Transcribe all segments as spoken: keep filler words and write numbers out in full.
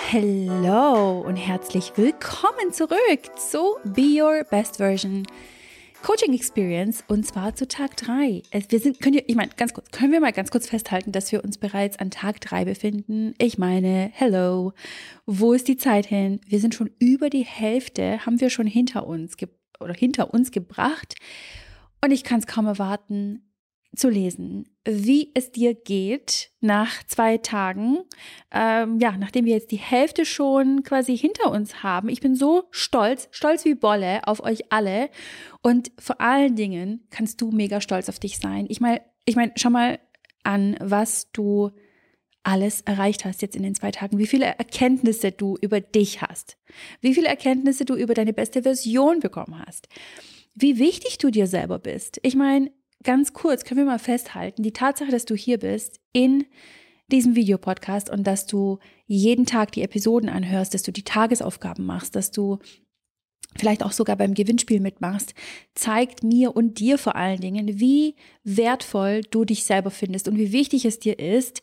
Hello und herzlich willkommen zurück zu Be Your Best Version Coaching Experience und zwar zu Tag drei. Wir sind, können, ich meine, ganz kurz, können wir mal ganz kurz festhalten, dass wir uns bereits an Tag drei befinden? Ich meine, hello, wo ist die Zeit hin? Wir sind schon über die Hälfte, haben wir schon hinter uns ge- oder hinter uns gebracht und ich kann es kaum erwarten zu lesen, wie es dir geht nach zwei Tagen, ähm, ja, nachdem wir jetzt die Hälfte schon quasi hinter uns haben. Ich bin so stolz, stolz wie Bolle auf euch alle und vor allen Dingen kannst du mega stolz auf dich sein. Ich meine, ich meine, schau mal an, was du alles erreicht hast jetzt in den zwei Tagen, wie viele Erkenntnisse du über dich hast, wie viele Erkenntnisse du über deine beste Version bekommen hast, wie wichtig du dir selber bist. Ich meine, ganz kurz können wir mal festhalten, die Tatsache, dass du hier bist in diesem Videopodcast und dass du jeden Tag die Episoden anhörst, dass du die Tagesaufgaben machst, dass du vielleicht auch sogar beim Gewinnspiel mitmachst, zeigt mir und dir vor allen Dingen, wie wertvoll du dich selber findest und wie wichtig es dir ist,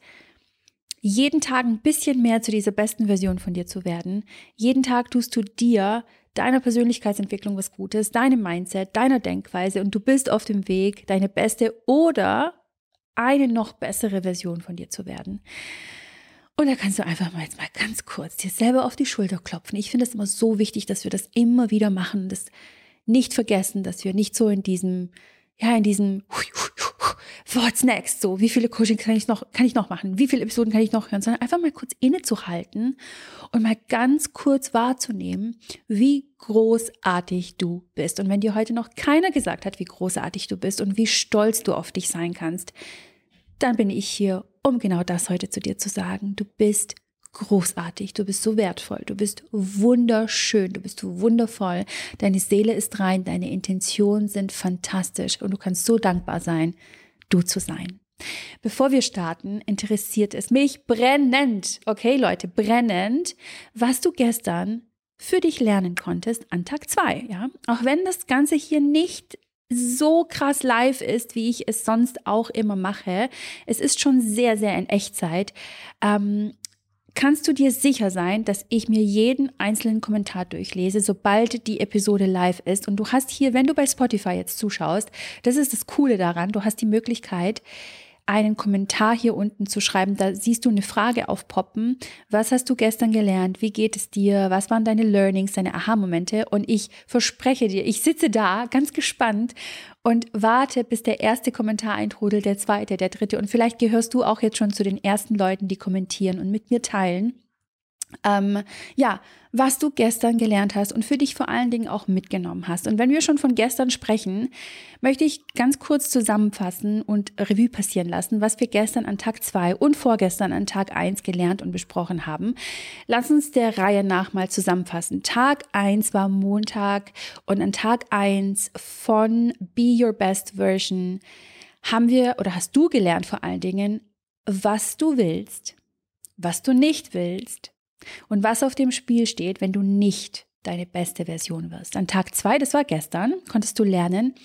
jeden Tag ein bisschen mehr zu dieser besten Version von dir zu werden. Jeden Tag tust du dir, deiner Persönlichkeitsentwicklung was Gutes, deinem Mindset, deiner Denkweise und du bist auf dem Weg, deine beste oder eine noch bessere Version von dir zu werden. Und da kannst du einfach mal jetzt mal ganz kurz dir selber auf die Schulter klopfen. Ich finde es immer so wichtig, dass wir das immer wieder machen, das nicht vergessen, dass wir nicht so in diesem, ja, in diesem What's next? So, wie viele Coachings kann ich noch, kann ich noch machen? Wie viele Episoden kann ich noch hören? Sondern einfach mal kurz innezuhalten und mal ganz kurz wahrzunehmen, wie großartig du bist. Und wenn dir heute noch keiner gesagt hat, wie großartig du bist und wie stolz du auf dich sein kannst, dann bin ich hier, um genau das heute zu dir zu sagen. Du bist großartig, du bist so wertvoll, du bist wunderschön, du bist wundervoll, deine Seele ist rein, deine Intentionen sind fantastisch und du kannst so dankbar sein, du zu sein. Bevor wir starten, interessiert es mich brennend, okay Leute, brennend, was du gestern für dich lernen konntest an Tag zwei, ja? Auch wenn das Ganze hier nicht so krass live ist, wie ich es sonst auch immer mache, es ist schon sehr, sehr in Echtzeit, ähm, kannst du dir sicher sein, dass ich mir jeden einzelnen Kommentar durchlese, sobald die Episode live ist. Und du hast hier, wenn du bei Spotify jetzt zuschaust, das ist das Coole daran, du hast die Möglichkeit, einen Kommentar hier unten zu schreiben. Da siehst du eine Frage aufpoppen. Was hast du gestern gelernt? Wie geht es dir? Was waren deine Learnings, deine Aha-Momente? Und ich verspreche dir, ich sitze da ganz gespannt und warte, bis der erste Kommentar eintrudelt, der zweite, der dritte. Und vielleicht gehörst du auch jetzt schon zu den ersten Leuten, die kommentieren und mit mir teilen. Ähm, ja, was du gestern gelernt hast und für dich vor allen Dingen auch mitgenommen hast. Und wenn wir schon von gestern sprechen, möchte ich ganz kurz zusammenfassen und Revue passieren lassen, was wir gestern an Tag zwei und vorgestern an Tag eins gelernt und besprochen haben. Lass uns der Reihe nach mal zusammenfassen. Tag eins war Montag und an Tag eins von Be Your Best Version haben wir oder hast du gelernt vor allen Dingen, was du willst, was du nicht willst, und was auf dem Spiel steht, wenn du nicht deine beste Version wirst. An Tag zwei, das war gestern, konntest du lernen,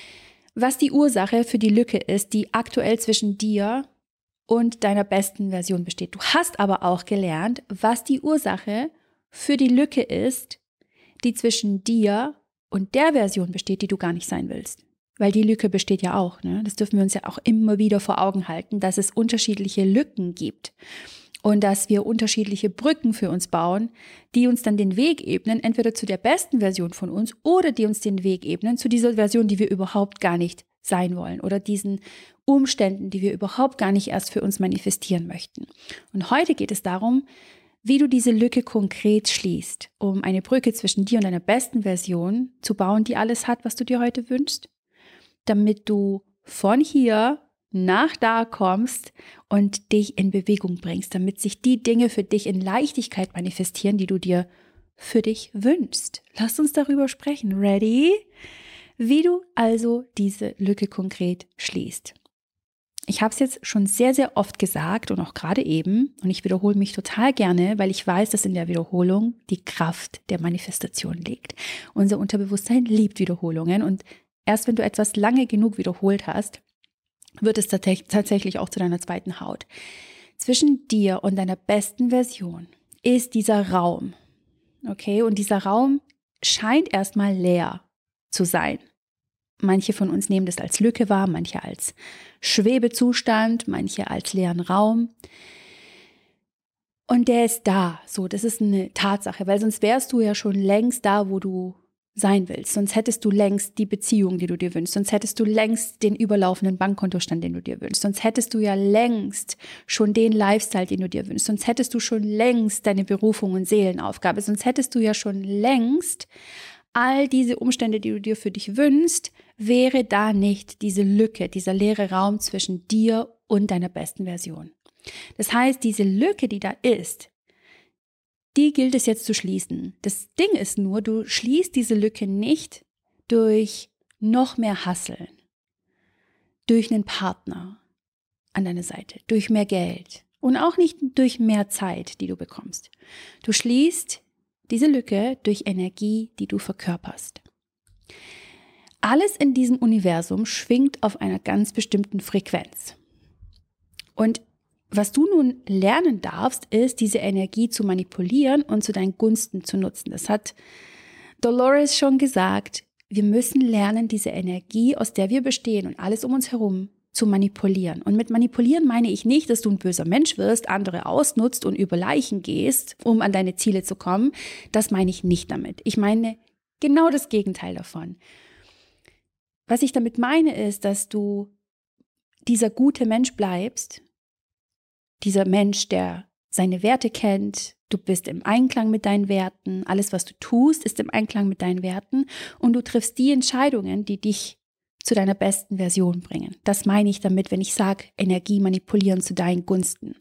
was die Ursache für die Lücke ist, die aktuell zwischen dir und deiner besten Version besteht. Du hast aber auch gelernt, was die Ursache für die Lücke ist, die zwischen dir und der Version besteht, die du gar nicht sein willst. Weil die Lücke besteht ja auch, ne? Das dürfen wir uns ja auch immer wieder vor Augen halten, dass es unterschiedliche Lücken gibt. Und dass wir unterschiedliche Brücken für uns bauen, die uns dann den Weg ebnen, entweder zu der besten Version von uns oder die uns den Weg ebnen zu dieser Version, die wir überhaupt gar nicht sein wollen oder diesen Umständen, die wir überhaupt gar nicht erst für uns manifestieren möchten. Und heute geht es darum, wie du diese Lücke konkret schließt, um eine Brücke zwischen dir und deiner besten Version zu bauen, die alles hat, was du dir heute wünschst, damit du von hier nach da kommst und dich in Bewegung bringst, damit sich die Dinge für dich in Leichtigkeit manifestieren, die du dir für dich wünschst. Lass uns darüber sprechen. Ready? Wie du also diese Lücke konkret schließt. Ich habe es jetzt schon sehr, sehr oft gesagt und auch gerade eben und ich wiederhole mich total gerne, weil ich weiß, dass in der Wiederholung die Kraft der Manifestation liegt. Unser Unterbewusstsein liebt Wiederholungen und erst wenn du etwas lange genug wiederholt hast, wird es tatsächlich auch zu deiner zweiten Haut. Zwischen dir und deiner besten Version ist dieser Raum. Okay, und dieser Raum scheint erstmal leer zu sein. Manche von uns nehmen das als Lücke wahr, manche als Schwebezustand, manche als leeren Raum. Und der ist da, so, das ist eine Tatsache, weil sonst wärst du ja schon längst da, wo du sein willst. Sonst hättest du längst die Beziehung, die du dir wünschst. Sonst hättest du längst den überlaufenden Bankkontostand, den du dir wünschst. Sonst hättest du ja längst schon den Lifestyle, den du dir wünschst. Sonst hättest du schon längst deine Berufung und Seelenaufgabe. Sonst hättest du ja schon längst all diese Umstände, die du dir für dich wünschst, wäre da nicht diese Lücke, dieser leere Raum zwischen dir und deiner besten Version. Das heißt, diese Lücke, die da ist, die gilt es jetzt zu schließen. Das Ding ist nur, du schließt diese Lücke nicht durch noch mehr Hustlen, durch einen Partner an deiner Seite, durch mehr Geld und auch nicht durch mehr Zeit, die du bekommst. Du schließt diese Lücke durch Energie, die du verkörperst. Alles in diesem Universum schwingt auf einer ganz bestimmten Frequenz. Und was du nun lernen darfst, ist, diese Energie zu manipulieren und zu deinen Gunsten zu nutzen. Das hat Dolores schon gesagt. Wir müssen lernen, diese Energie, aus der wir bestehen und alles um uns herum, zu manipulieren. Und mit manipulieren meine ich nicht, dass du ein böser Mensch wirst, andere ausnutzt und über Leichen gehst, um an deine Ziele zu kommen. Das meine ich nicht damit. Ich meine genau das Gegenteil davon. Was ich damit meine, ist, dass du dieser gute Mensch bleibst, dieser Mensch, der seine Werte kennt, du bist im Einklang mit deinen Werten, alles, was du tust, ist im Einklang mit deinen Werten und du triffst die Entscheidungen, die dich zu deiner besten Version bringen. Das meine ich damit, wenn ich sage, Energie manipulieren zu deinen Gunsten.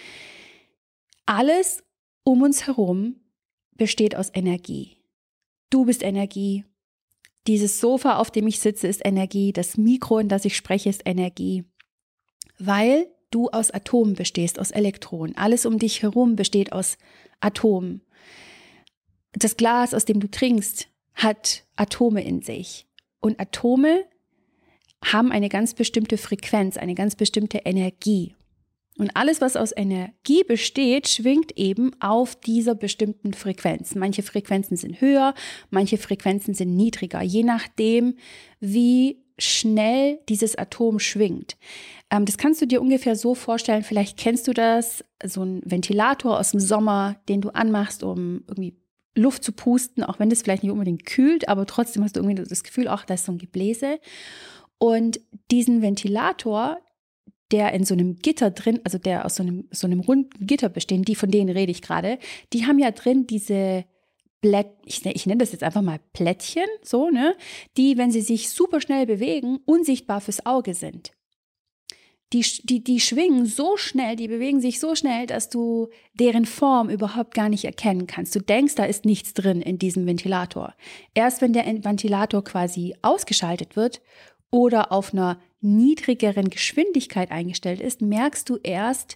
Alles um uns herum besteht aus Energie. Du bist Energie. Dieses Sofa, auf dem ich sitze, ist Energie. Das Mikro, in das ich spreche, ist Energie. Weil du aus Atomen bestehst, aus Elektronen. Alles um dich herum besteht aus Atomen. Das Glas, aus dem du trinkst, hat Atome in sich. Und Atome haben eine ganz bestimmte Frequenz, eine ganz bestimmte Energie. Und alles, was aus Energie besteht, schwingt eben auf dieser bestimmten Frequenz. Manche Frequenzen sind höher, manche Frequenzen sind niedriger, je nachdem, wie schnell dieses Atom schwingt. Ähm, das kannst du dir ungefähr so vorstellen, vielleicht kennst du das, so ein Ventilator aus dem Sommer, den du anmachst, um irgendwie Luft zu pusten, auch wenn das vielleicht nicht unbedingt kühlt, aber trotzdem hast du irgendwie das Gefühl, ach, da ist so ein Gebläse. Und diesen Ventilator, der in so einem Gitter drin, also der aus so einem, so einem runden Gitter besteht, die, von denen rede ich gerade, die haben ja drin diese Blätt, ich, ich nenne das jetzt einfach mal Plättchen, so, ne, die, wenn sie sich super schnell bewegen, unsichtbar fürs Auge sind. Die, die, die schwingen so schnell, die bewegen sich so schnell, dass du deren Form überhaupt gar nicht erkennen kannst. Du denkst, da ist nichts drin in diesem Ventilator. Erst wenn der Ventilator quasi ausgeschaltet wird oder auf einer niedrigeren Geschwindigkeit eingestellt ist, merkst du erst,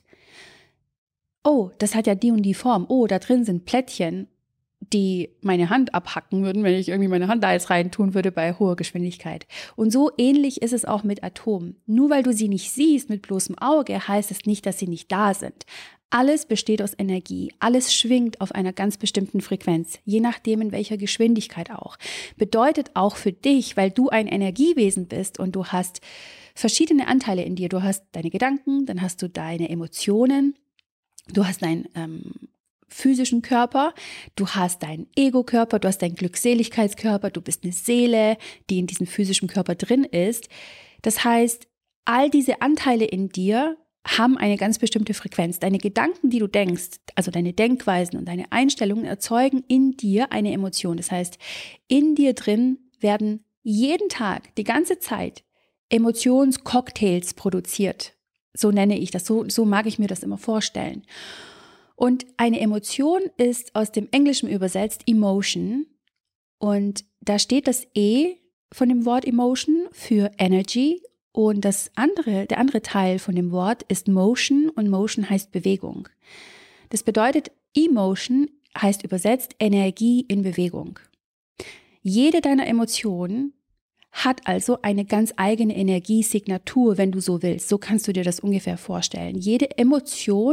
oh, das hat ja die und die Form. Oh, da drin sind Plättchen, die meine Hand abhacken würden, wenn ich irgendwie meine Hand da jetzt rein tun würde bei hoher Geschwindigkeit. Und so ähnlich ist es auch mit Atomen. Nur weil du sie nicht siehst mit bloßem Auge, heißt es nicht, dass sie nicht da sind. Alles besteht aus Energie, alles schwingt auf einer ganz bestimmten Frequenz, je nachdem in welcher Geschwindigkeit auch. Bedeutet auch für dich, weil du ein Energiewesen bist und du hast verschiedene Anteile in dir. Du hast deine Gedanken, dann hast du deine Emotionen, du hast dein ähm, physischen Körper, du hast deinen Ego-Körper, du hast deinen Glückseligkeitskörper, du bist eine Seele, die in diesem physischen Körper drin ist. Das heißt, all diese Anteile in dir haben eine ganz bestimmte Frequenz. Deine Gedanken, die du denkst, also deine Denkweisen und deine Einstellungen erzeugen in dir eine Emotion. Das heißt, in dir drin werden jeden Tag, die ganze Zeit Emotionscocktails produziert. So nenne ich das, so, so mag ich mir das immer vorstellen. Und eine Emotion ist aus dem Englischen übersetzt Emotion und da steht das E von dem Wort Emotion für Energy und das andere, der andere Teil von dem Wort ist Motion und Motion heißt Bewegung. Das bedeutet, Emotion heißt übersetzt Energie in Bewegung. Jede deiner Emotionen hat also eine ganz eigene Energiesignatur, wenn du so willst. So kannst du dir das ungefähr vorstellen. Jede Emotion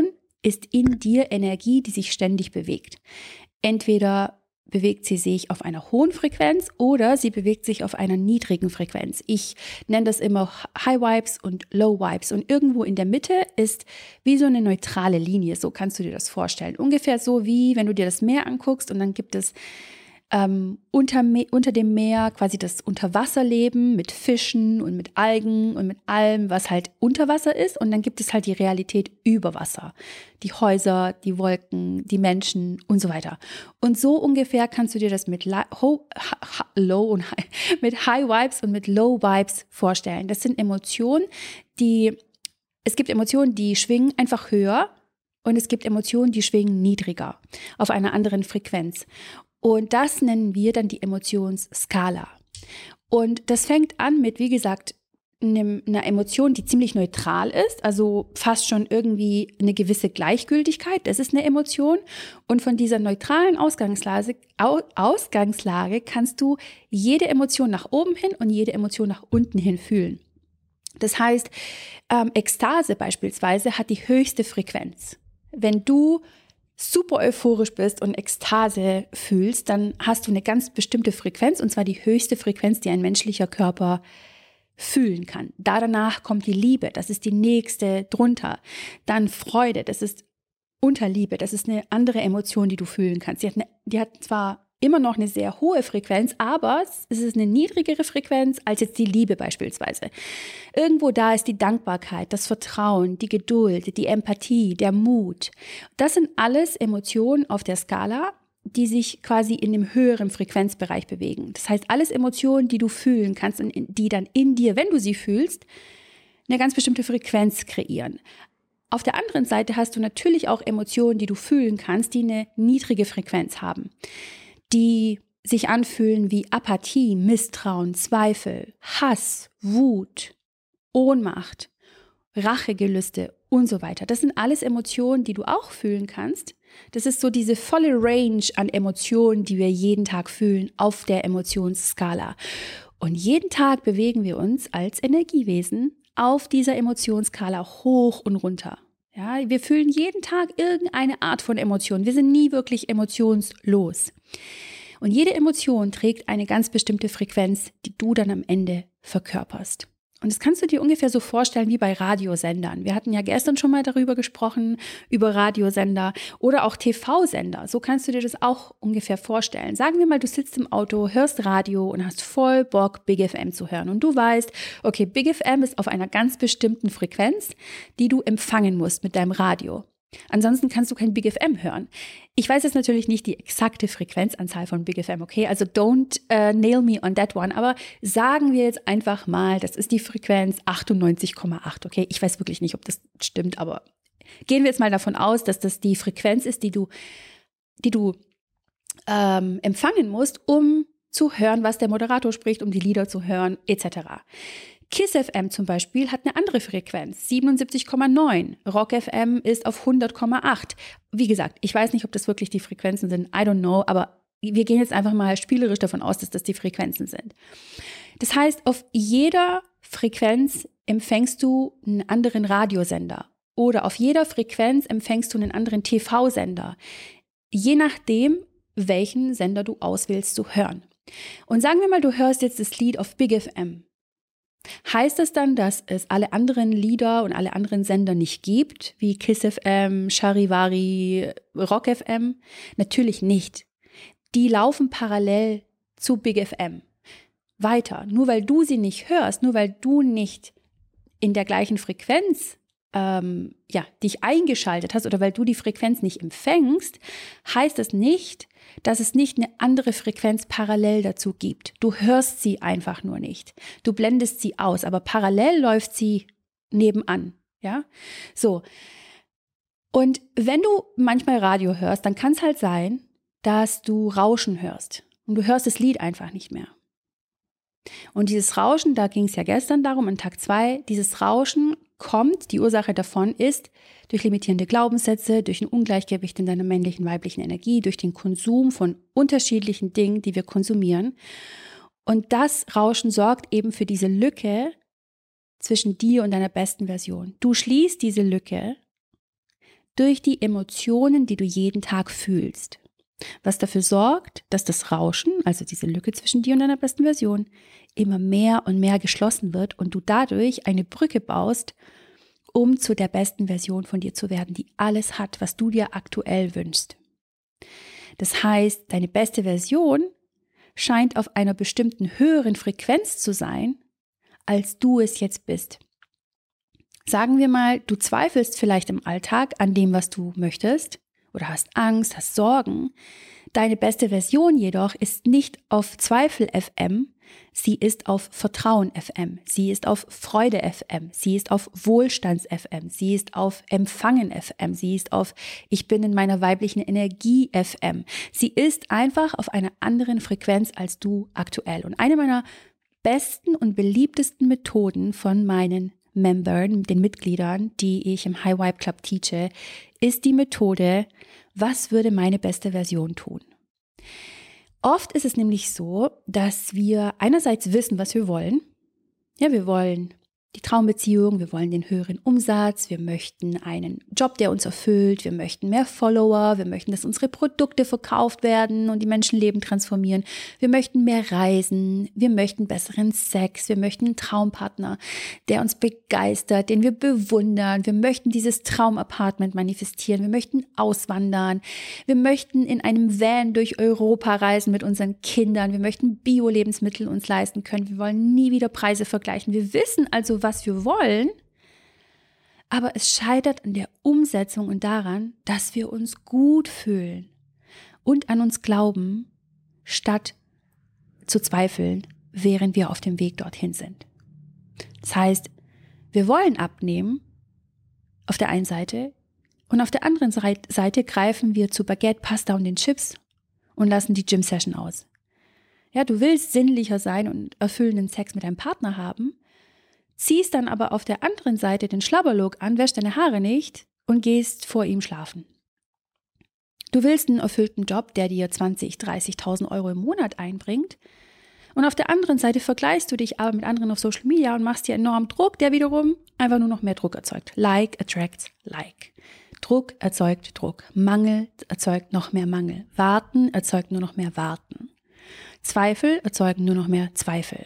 ist in dir Energie, die sich ständig bewegt. Entweder bewegt sie sich auf einer hohen Frequenz oder sie bewegt sich auf einer niedrigen Frequenz. Ich nenne das immer High Vibes und Low Vibes. Und irgendwo in der Mitte ist wie so eine neutrale Linie. So kannst du dir das vorstellen. Ungefähr so wie, wenn du dir das Meer anguckst und dann gibt es ähm, unter, unter dem Meer quasi das Unterwasserleben mit Fischen und mit Algen und mit allem, was halt unter Wasser ist. Und dann gibt es halt die Realität über Wasser. Die Häuser, die Wolken, die Menschen und so weiter. Und so ungefähr kannst du dir das mit Low, Low und High, mit High Vibes und mit Low Vibes vorstellen. Das sind Emotionen, die, es gibt Emotionen, die schwingen einfach höher und es gibt Emotionen, die schwingen niedriger auf einer anderen Frequenz. Und das nennen wir dann die Emotionsskala. Und das fängt an mit, wie gesagt, einer Emotion, die ziemlich neutral ist, also fast schon irgendwie eine gewisse Gleichgültigkeit. Das ist eine Emotion. Und von dieser neutralen Ausgangslage, Ausgangslage kannst du jede Emotion nach oben hin und jede Emotion nach unten hin fühlen. Das heißt, ähm, Ekstase beispielsweise hat die höchste Frequenz. Wenn du super euphorisch bist und Ekstase fühlst, dann hast du eine ganz bestimmte Frequenz, und zwar die höchste Frequenz, die ein menschlicher Körper fühlen kann. Da danach kommt die Liebe, das ist die nächste drunter. Dann Freude, das ist unter Liebe, das ist eine andere Emotion, die du fühlen kannst. Die hat, eine, die hat zwar immer noch eine sehr hohe Frequenz, aber es ist eine niedrigere Frequenz als jetzt die Liebe beispielsweise. Irgendwo da ist die Dankbarkeit, das Vertrauen, die Geduld, die Empathie, der Mut. Das sind alles Emotionen auf der Skala, die sich quasi in dem höheren Frequenzbereich bewegen. Das heißt, alles Emotionen, die du fühlen kannst und die dann in dir, wenn du sie fühlst, eine ganz bestimmte Frequenz kreieren. Auf der anderen Seite hast du natürlich auch Emotionen, die du fühlen kannst, die eine niedrige Frequenz haben, die sich anfühlen wie Apathie, Misstrauen, Zweifel, Hass, Wut, Ohnmacht, Rachegelüste und so weiter. Das sind alles Emotionen, die du auch fühlen kannst. Das ist so diese volle Range an Emotionen, die wir jeden Tag fühlen auf der Emotionsskala. Und jeden Tag bewegen wir uns als Energiewesen auf dieser Emotionsskala hoch und runter. Ja, wir fühlen jeden Tag irgendeine Art von Emotion. Wir sind nie wirklich emotionslos. Und jede Emotion trägt eine ganz bestimmte Frequenz, die du dann am Ende verkörperst. Und das kannst du dir ungefähr so vorstellen wie bei Radiosendern. Wir hatten ja gestern schon mal darüber gesprochen, über Radiosender oder auch T V-Sender. So kannst du dir das auch ungefähr vorstellen. Sagen wir mal, du sitzt im Auto, hörst Radio und hast voll Bock, Big F M zu hören. Und du weißt, okay, Big F M ist auf einer ganz bestimmten Frequenz, die du empfangen musst mit deinem Radio. Ansonsten kannst du kein Big F M hören. Ich weiß jetzt natürlich nicht die exakte Frequenzanzahl von Big F M, okay? Also don't uh, nail me on that one. Aber sagen wir jetzt einfach mal, das ist die Frequenz achtundneunzig Komma acht, okay? Ich weiß wirklich nicht, ob das stimmt, aber gehen wir jetzt mal davon aus, dass das die Frequenz ist, die du, die du ähm, empfangen musst, um zu hören, was der Moderator spricht, um die Lieder zu hören, et cetera. KISS F M zum Beispiel hat eine andere Frequenz, siebenundsiebzig Komma neun. Rock F M ist auf hundert Komma acht. Wie gesagt, ich weiß nicht, ob das wirklich die Frequenzen sind, I don't know, aber wir gehen jetzt einfach mal spielerisch davon aus, dass das die Frequenzen sind. Das heißt, auf jeder Frequenz empfängst du einen anderen Radiosender oder auf jeder Frequenz empfängst du einen anderen T V-Sender, je nachdem, welchen Sender du auswählst zu hören. Und sagen wir mal, du hörst jetzt das Lied auf Big F M. Heißt das dann, dass es alle anderen Lieder und alle anderen Sender nicht gibt, wie KISS F M, Charivari, Rock F M? Natürlich nicht. Die laufen parallel zu Big F M. Weiter, nur weil du sie nicht hörst, nur weil du nicht in der gleichen Frequenz ähm, ja, dich eingeschaltet hast oder weil du die Frequenz nicht empfängst, heißt das nicht, dass es nicht eine andere Frequenz parallel dazu gibt. Du hörst sie einfach nur nicht. Du blendest sie aus, aber parallel läuft sie nebenan. Ja, so. Und wenn du manchmal Radio hörst, dann kann es halt sein, dass du Rauschen hörst und du hörst das Lied einfach nicht mehr. Und dieses Rauschen, da ging es ja gestern darum, in Tag zwei, dieses Rauschen kommt, die Ursache davon ist durch limitierende Glaubenssätze, durch ein Ungleichgewicht in deiner männlichen, weiblichen Energie, durch den Konsum von unterschiedlichen Dingen, die wir konsumieren. Und das Rauschen sorgt eben für diese Lücke zwischen dir und deiner besten Version. Du schließt diese Lücke durch die Emotionen, die du jeden Tag fühlst. Was dafür sorgt, dass das Rauschen, also diese Lücke zwischen dir und deiner besten Version, immer mehr und mehr geschlossen wird und du dadurch eine Brücke baust, um zu der besten Version von dir zu werden, die alles hat, was du dir aktuell wünschst. Das heißt, deine beste Version scheint auf einer bestimmten höheren Frequenz zu sein, als du es jetzt bist. Sagen wir mal, du zweifelst vielleicht im Alltag an dem, was du möchtest, oder hast Angst, hast Sorgen. Deine beste Version jedoch ist nicht auf Zweifel F M, sie ist auf Vertrauen F M, sie ist auf Freude F M, sie ist auf Wohlstands F M, sie ist auf Empfangen F M, sie ist auf Ich bin in meiner weiblichen Energie F M. Sie ist einfach auf einer anderen Frequenz als du aktuell. Und eine meiner besten und beliebtesten Methoden von meinen Membern, den Mitgliedern, die ich im High Vibe Club teache, ist die Methode, was würde meine beste Version tun? Oft ist es nämlich so, dass wir einerseits wissen, was wir wollen. Ja, wir wollen die Traumbeziehung, wir wollen den höheren Umsatz, wir möchten einen Job, der uns erfüllt, wir möchten mehr Follower, wir möchten, dass unsere Produkte verkauft werden und die Menschenleben transformieren, wir möchten mehr reisen, wir möchten besseren Sex, wir möchten einen Traumpartner, der uns begeistert, den wir bewundern, wir möchten dieses Traumapartment manifestieren, wir möchten auswandern, wir möchten in einem Van durch Europa reisen mit unseren Kindern, wir möchten Bio-Lebensmittel uns leisten können, wir wollen nie wieder Preise vergleichen, wir wissen also, was wir wollen, aber es scheitert an der Umsetzung und daran, dass wir uns gut fühlen und an uns glauben, statt zu zweifeln, während wir auf dem Weg dorthin sind. Das heißt, wir wollen abnehmen auf der einen Seite und auf der anderen Seite greifen wir zu Baguette, Pasta und den Chips und lassen die Gym-Session aus. Ja, du willst sinnlicher sein und erfüllenden Sex mit deinem Partner haben, ziehst dann aber auf der anderen Seite den Schlabberlook an, wäschst deine Haare nicht und gehst vor ihm schlafen. Du willst einen erfüllten Job, der dir zwanzigtausend, dreißigtausend Euro im Monat einbringt und auf der anderen Seite vergleichst du dich aber mit anderen auf Social Media und machst dir enorm Druck, der wiederum einfach nur noch mehr Druck erzeugt. Like attracts like. Druck erzeugt Druck. Mangel erzeugt noch mehr Mangel. Warten erzeugt nur noch mehr Warten. Zweifel erzeugen nur noch mehr Zweifel.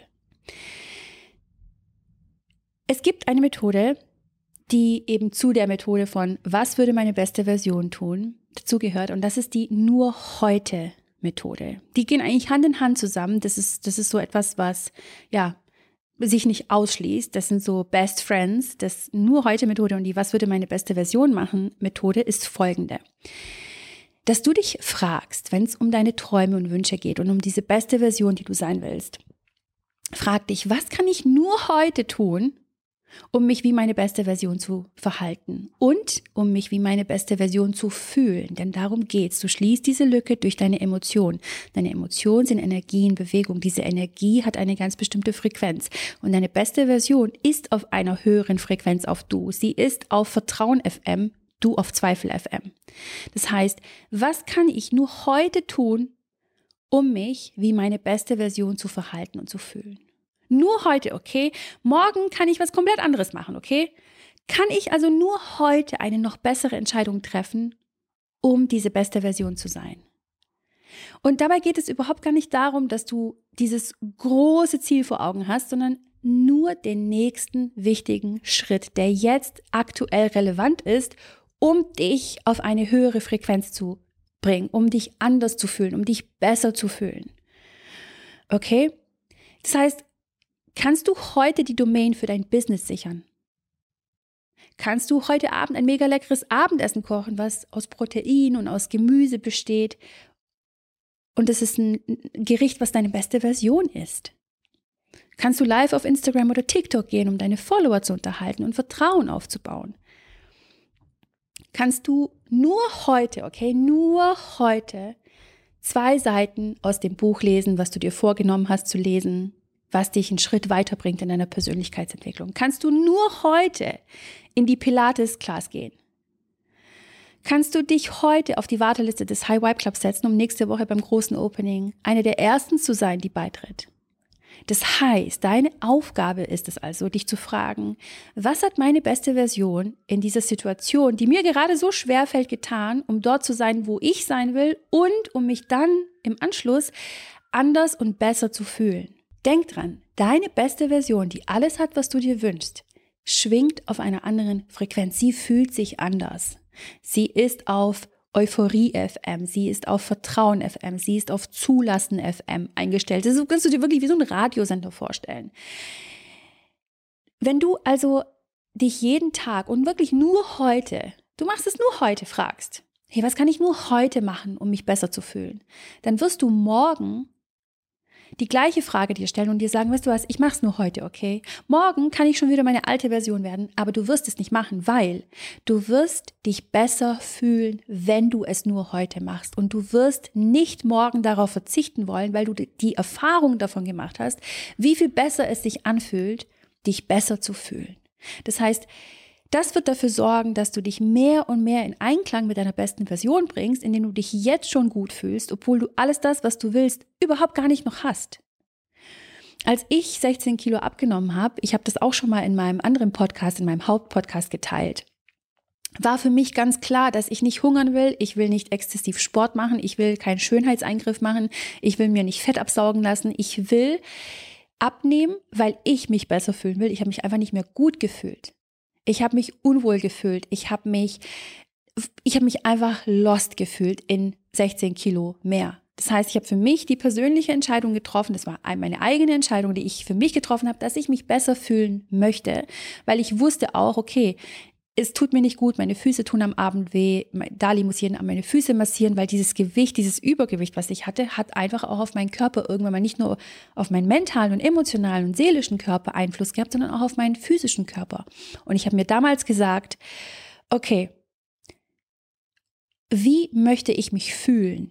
Es gibt eine Methode, die eben zu der Methode von was würde meine beste Version tun, dazugehört und das ist die Nur-Heute-Methode. Die gehen eigentlich Hand in Hand zusammen. Das ist, das ist so etwas, was ja sich nicht ausschließt. Das sind so Best Friends. Das Nur-Heute-Methode und die was würde meine beste Version machen Methode ist folgende. Dass du dich fragst, wenn es um deine Träume und Wünsche geht und um diese beste Version, die du sein willst, frag dich, was kann ich nur heute tun, um mich wie meine beste Version zu verhalten und um mich wie meine beste Version zu fühlen. Denn darum geht's. Du schließt diese Lücke durch deine Emotionen. Deine Emotionen sind Energie in Bewegung. Diese Energie hat eine ganz bestimmte Frequenz. Und deine beste Version ist auf einer höheren Frequenz auf du. Sie ist auf Vertrauen F M, du auf Zweifel F M. Das heißt, was kann ich nur heute tun, um mich wie meine beste Version zu verhalten und zu fühlen? Nur heute, okay? Morgen kann ich was komplett anderes machen, okay? Kann ich also nur heute eine noch bessere Entscheidung treffen, um diese beste Version zu sein? Und dabei geht es überhaupt gar nicht darum, dass du dieses große Ziel vor Augen hast, sondern nur den nächsten wichtigen Schritt, der jetzt aktuell relevant ist, um dich auf eine höhere Frequenz zu bringen, um dich anders zu fühlen, um dich besser zu fühlen. Okay? Das heißt, kannst du heute die Domain für dein Business sichern? Kannst du heute Abend ein mega leckeres Abendessen kochen, was aus Protein und aus Gemüse besteht? Und es ist ein Gericht, was deine beste Version ist. Kannst du live auf Instagram oder TikTok gehen, um deine Follower zu unterhalten und Vertrauen aufzubauen? Kannst du nur heute, okay, nur heute zwei Seiten aus dem Buch lesen, was du dir vorgenommen hast zu lesen, was dich einen Schritt weiterbringt in deiner Persönlichkeitsentwicklung? Kannst du nur heute in die Pilates-Class gehen? Kannst du dich heute auf die Warteliste des High Vibe Club setzen, um nächste Woche beim großen Opening eine der ersten zu sein, die beitritt? Das heißt, deine Aufgabe ist es also, dich zu fragen, was hat meine beste Version in dieser Situation, die mir gerade so schwer fällt, getan, um dort zu sein, wo ich sein will und um mich dann im Anschluss anders und besser zu fühlen. Denk dran, deine beste Version, die alles hat, was du dir wünschst, schwingt auf einer anderen Frequenz. Sie fühlt sich anders. Sie ist auf Euphorie F M, sie ist auf Vertrauen F M, sie ist auf Zulassen F M eingestellt. Das kannst du dir wirklich wie so ein Radiosender vorstellen. Wenn du also dich jeden Tag und wirklich nur heute, du machst es nur heute, fragst, hey, was kann ich nur heute machen, um mich besser zu fühlen? Dann wirst du morgen die gleiche Frage dir stellen und dir sagen, weißt du was, ich mach's nur heute, okay? Morgen kann ich schon wieder meine alte Version werden, aber du wirst es nicht machen, weil du wirst dich besser fühlen, wenn du es nur heute machst. Und du wirst nicht morgen darauf verzichten wollen, weil du die Erfahrung davon gemacht hast, wie viel besser es sich anfühlt, dich besser zu fühlen. Das heißt, das wird dafür sorgen, dass du dich mehr und mehr in Einklang mit deiner besten Version bringst, indem du dich jetzt schon gut fühlst, obwohl du alles das, was du willst, überhaupt gar nicht noch hast. Als ich sechzehn Kilo abgenommen habe, ich habe das auch schon mal in meinem anderen Podcast, in meinem Hauptpodcast geteilt, war für mich ganz klar, dass ich nicht hungern will, ich will nicht exzessiv Sport machen, ich will keinen Schönheitseingriff machen, ich will mir nicht Fett absaugen lassen, ich will abnehmen, weil ich mich besser fühlen will. Ich habe mich einfach nicht mehr gut gefühlt. Ich habe mich unwohl gefühlt. Ich habe mich, ich habe mich einfach lost gefühlt in sechzehn Kilo mehr. Das heißt, ich habe für mich die persönliche Entscheidung getroffen, das war meine eigene Entscheidung, die ich für mich getroffen habe, dass ich mich besser fühlen möchte, weil ich wusste auch, okay, es tut mir nicht gut, meine Füße tun am Abend weh, Dali muss jeden Abend meine Füße massieren, weil dieses Gewicht, dieses Übergewicht, was ich hatte, hat einfach auch auf meinen Körper irgendwann mal nicht nur auf meinen mentalen und emotionalen und seelischen Körper Einfluss gehabt, sondern auch auf meinen physischen Körper. Und ich habe mir damals gesagt, okay, wie möchte ich mich fühlen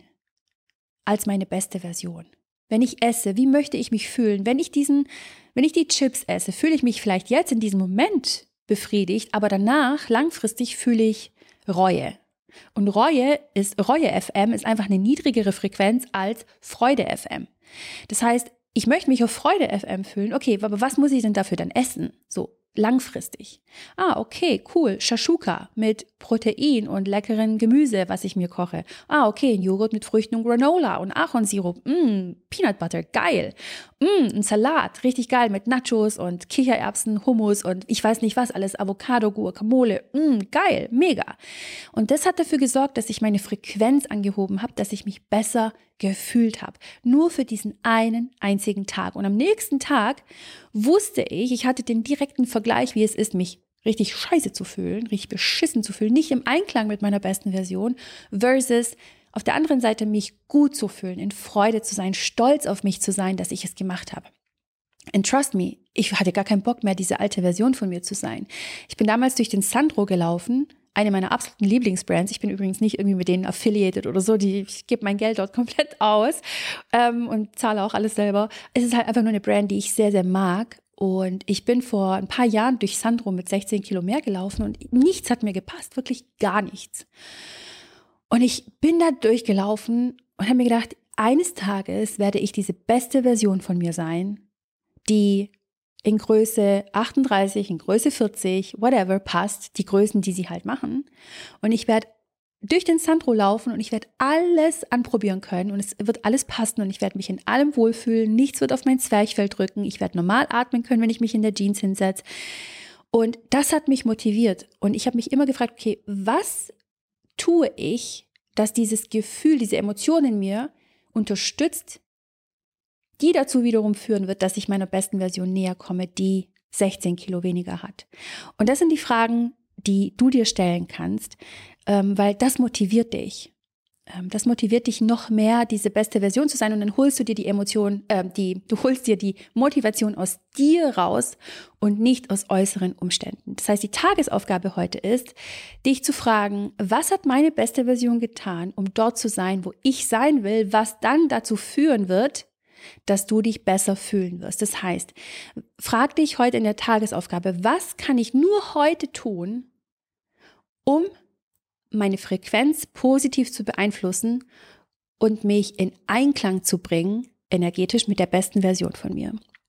als meine beste Version? Wenn ich esse, wie möchte ich mich fühlen? Wenn ich diesen, wenn ich die Chips esse, fühle ich mich vielleicht jetzt in diesem Moment befriedigt, aber danach, langfristig, fühle ich Reue. Und Reue ist, Reue F M ist einfach eine niedrigere Frequenz als Freude F M. Das heißt, ich möchte mich auf Freude F M fühlen, okay, aber was muss ich denn dafür dann essen? So, langfristig. Ah, okay, cool, Shashuka mit Protein und leckeren Gemüse, was ich mir koche. Ah, okay, ein Joghurt mit Früchten und Granola und Ahornsirup. Mm, Peanut Butter, geil. Mm, ein Salat, richtig geil mit Nachos und Kichererbsen, Hummus und ich weiß nicht was alles, Avocado, Guacamole. Mm, geil, mega. Und das hat dafür gesorgt, dass ich meine Frequenz angehoben habe, dass ich mich besser gefühlt habe. Nur für diesen einen einzigen Tag. Und am nächsten Tag wusste ich, ich hatte den direkten Vergleich, wie es ist, mich richtig scheiße zu fühlen, richtig beschissen zu fühlen, nicht im Einklang mit meiner besten Version, versus auf der anderen Seite mich gut zu fühlen, in Freude zu sein, stolz auf mich zu sein, dass ich es gemacht habe. And trust me, ich hatte gar keinen Bock mehr, diese alte Version von mir zu sein. Ich bin damals durch den Sandro gelaufen, eine meiner absoluten Lieblingsbrands. Ich bin übrigens nicht irgendwie mit denen affiliated oder so. Die, ich gebe mein Geld dort komplett aus ähm, und zahle auch alles selber. Es ist halt einfach nur eine Brand, die ich sehr, sehr mag. Und ich bin vor ein paar Jahren durch Sandro mit sechzehn Kilo mehr gelaufen und nichts hat mir gepasst, wirklich gar nichts. Und ich bin da durchgelaufen und habe mir gedacht, eines Tages werde ich diese beste Version von mir sein, die in Größe achtunddreißig, in Größe vierzig, whatever, passt, die Größen, die sie halt machen. Und ich werde durch den Sandro laufen und ich werde alles anprobieren können und es wird alles passen und ich werde mich in allem wohlfühlen. Nichts wird auf mein Zwerchfell drücken. Ich werde normal atmen können, wenn ich mich in der Jeans hinsetze. Und das hat mich motiviert. Und ich habe mich immer gefragt, okay, was tue ich, dass dieses Gefühl, diese Emotion in mir unterstützt, die dazu wiederum führen wird, dass ich meiner besten Version näher komme, die sechzehn Kilo weniger hat. Und das sind die Fragen, die du dir stellen kannst, ähm, weil das motiviert dich. Ähm, das motiviert dich noch mehr, diese beste Version zu sein und dann holst du dir die Emotion, äh, die, du holst dir die Motivation aus dir raus und nicht aus äußeren Umständen. Das heißt, die Tagesaufgabe heute ist, dich zu fragen, was hat meine beste Version getan, um dort zu sein, wo ich sein will, was dann dazu führen wird, dass du dich besser fühlen wirst. Das heißt, frag dich heute in der Tagesaufgabe, was kann ich nur heute tun, um meine Frequenz positiv zu beeinflussen und mich in Einklang zu bringen, energetisch mit der besten Version von mir.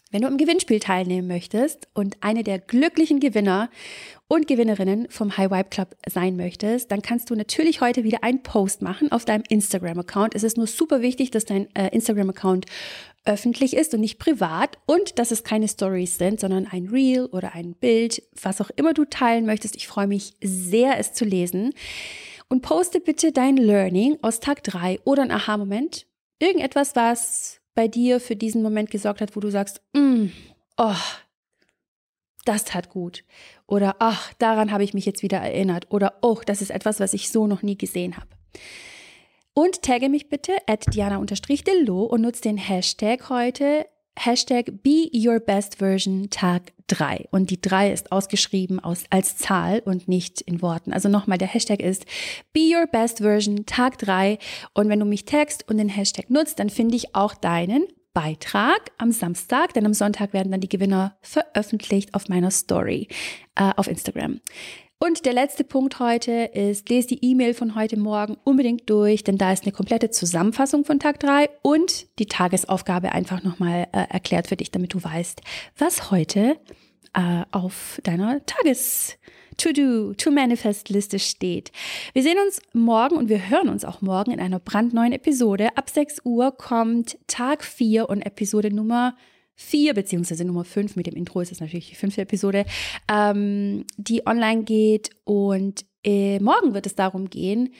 Wenn du im Gewinnspiel teilnehmen möchtest und eine der glücklichen Gewinner und Gewinnerinnen vom High Vibe Club sein möchtest, dann kannst du natürlich heute wieder einen Post machen auf deinem Instagram-Account. Es ist nur super wichtig, dass dein äh, Instagram-Account öffentlich ist und nicht privat und dass es keine Stories sind, sondern ein Reel oder ein Bild, was auch immer du teilen möchtest. Ich freue mich sehr, es zu lesen. Und poste bitte dein Learning aus Tag drei oder ein Aha-Moment. Irgendetwas, was bei dir für diesen Moment gesorgt hat, wo du sagst, mm, oh, das tat gut. Oder ach, daran habe ich mich jetzt wieder erinnert. Oder oh, das ist etwas, was ich so noch nie gesehen habe. Und tagge mich bitte at diana-dello und nutze den Hashtag heute, Hashtag Be Your Best Version Tag drei. Und die drei ist ausgeschrieben aus, als Zahl und nicht in Worten. Also nochmal, der Hashtag ist Be Your Best Version Tag drei. Und wenn du mich taggst und den Hashtag nutzt, dann finde ich auch deinen Beitrag am Samstag, denn am Sonntag werden dann die Gewinner veröffentlicht auf meiner Story äh, auf Instagram. Und der letzte Punkt heute ist, lese die E-Mail von heute Morgen unbedingt durch, denn da ist eine komplette Zusammenfassung von Tag drei und die Tagesaufgabe einfach nochmal äh, erklärt für dich, damit du weißt, was heute äh, auf deiner Tages-To-Do, To-Manifest-Liste steht. Wir sehen uns morgen und wir hören uns auch morgen in einer brandneuen Episode. Ab sechs Uhr kommt Tag vier und Episode Nummer vier beziehungsweise Nummer fünf, mit dem Intro ist es natürlich die fünfte Episode, ähm, die online geht und äh, morgen wird es darum gehen,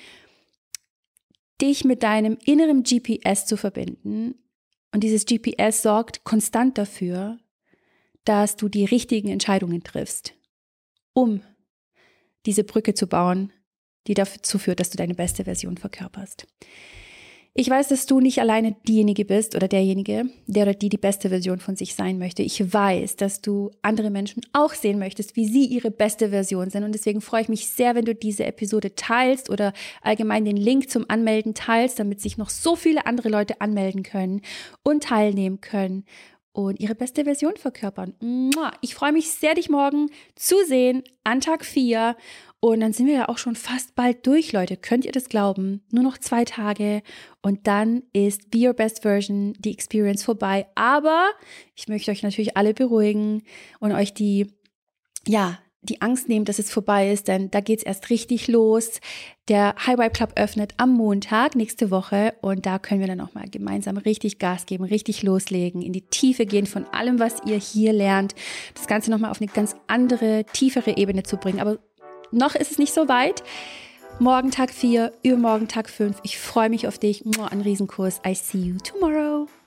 dich mit deinem inneren G P S zu verbinden und dieses G P S sorgt konstant dafür, dass du die richtigen Entscheidungen triffst, um diese Brücke zu bauen, die dazu führt, dass du deine beste Version verkörperst. Ich weiß, dass du nicht alleine diejenige bist oder derjenige, der oder die die beste Version von sich sein möchte. Ich weiß, dass du andere Menschen auch sehen möchtest, wie sie ihre beste Version sind. Und deswegen freue ich mich sehr, wenn du diese Episode teilst oder allgemein den Link zum Anmelden teilst, damit sich noch so viele andere Leute anmelden können und teilnehmen können und ihre beste Version verkörpern. Ich freue mich sehr, dich morgen zu sehen an Tag vier. Und dann sind wir ja auch schon fast bald durch, Leute. Könnt ihr das glauben? Nur noch zwei Tage und dann ist Be Your Best Version, die Experience vorbei. Aber ich möchte euch natürlich alle beruhigen und euch die, ja, die Angst nehmen, dass es vorbei ist, denn da geht's erst richtig los. Der High Vibe Club öffnet am Montag nächste Woche und da können wir dann auch mal gemeinsam richtig Gas geben, richtig loslegen, in die Tiefe gehen von allem, was ihr hier lernt, das Ganze nochmal auf eine ganz andere, tiefere Ebene zu bringen. Aber noch ist es nicht so weit. Morgen Tag vier, übermorgen Tag fünf. Ich freue mich auf dich. Ein Riesenkurs. I see you tomorrow.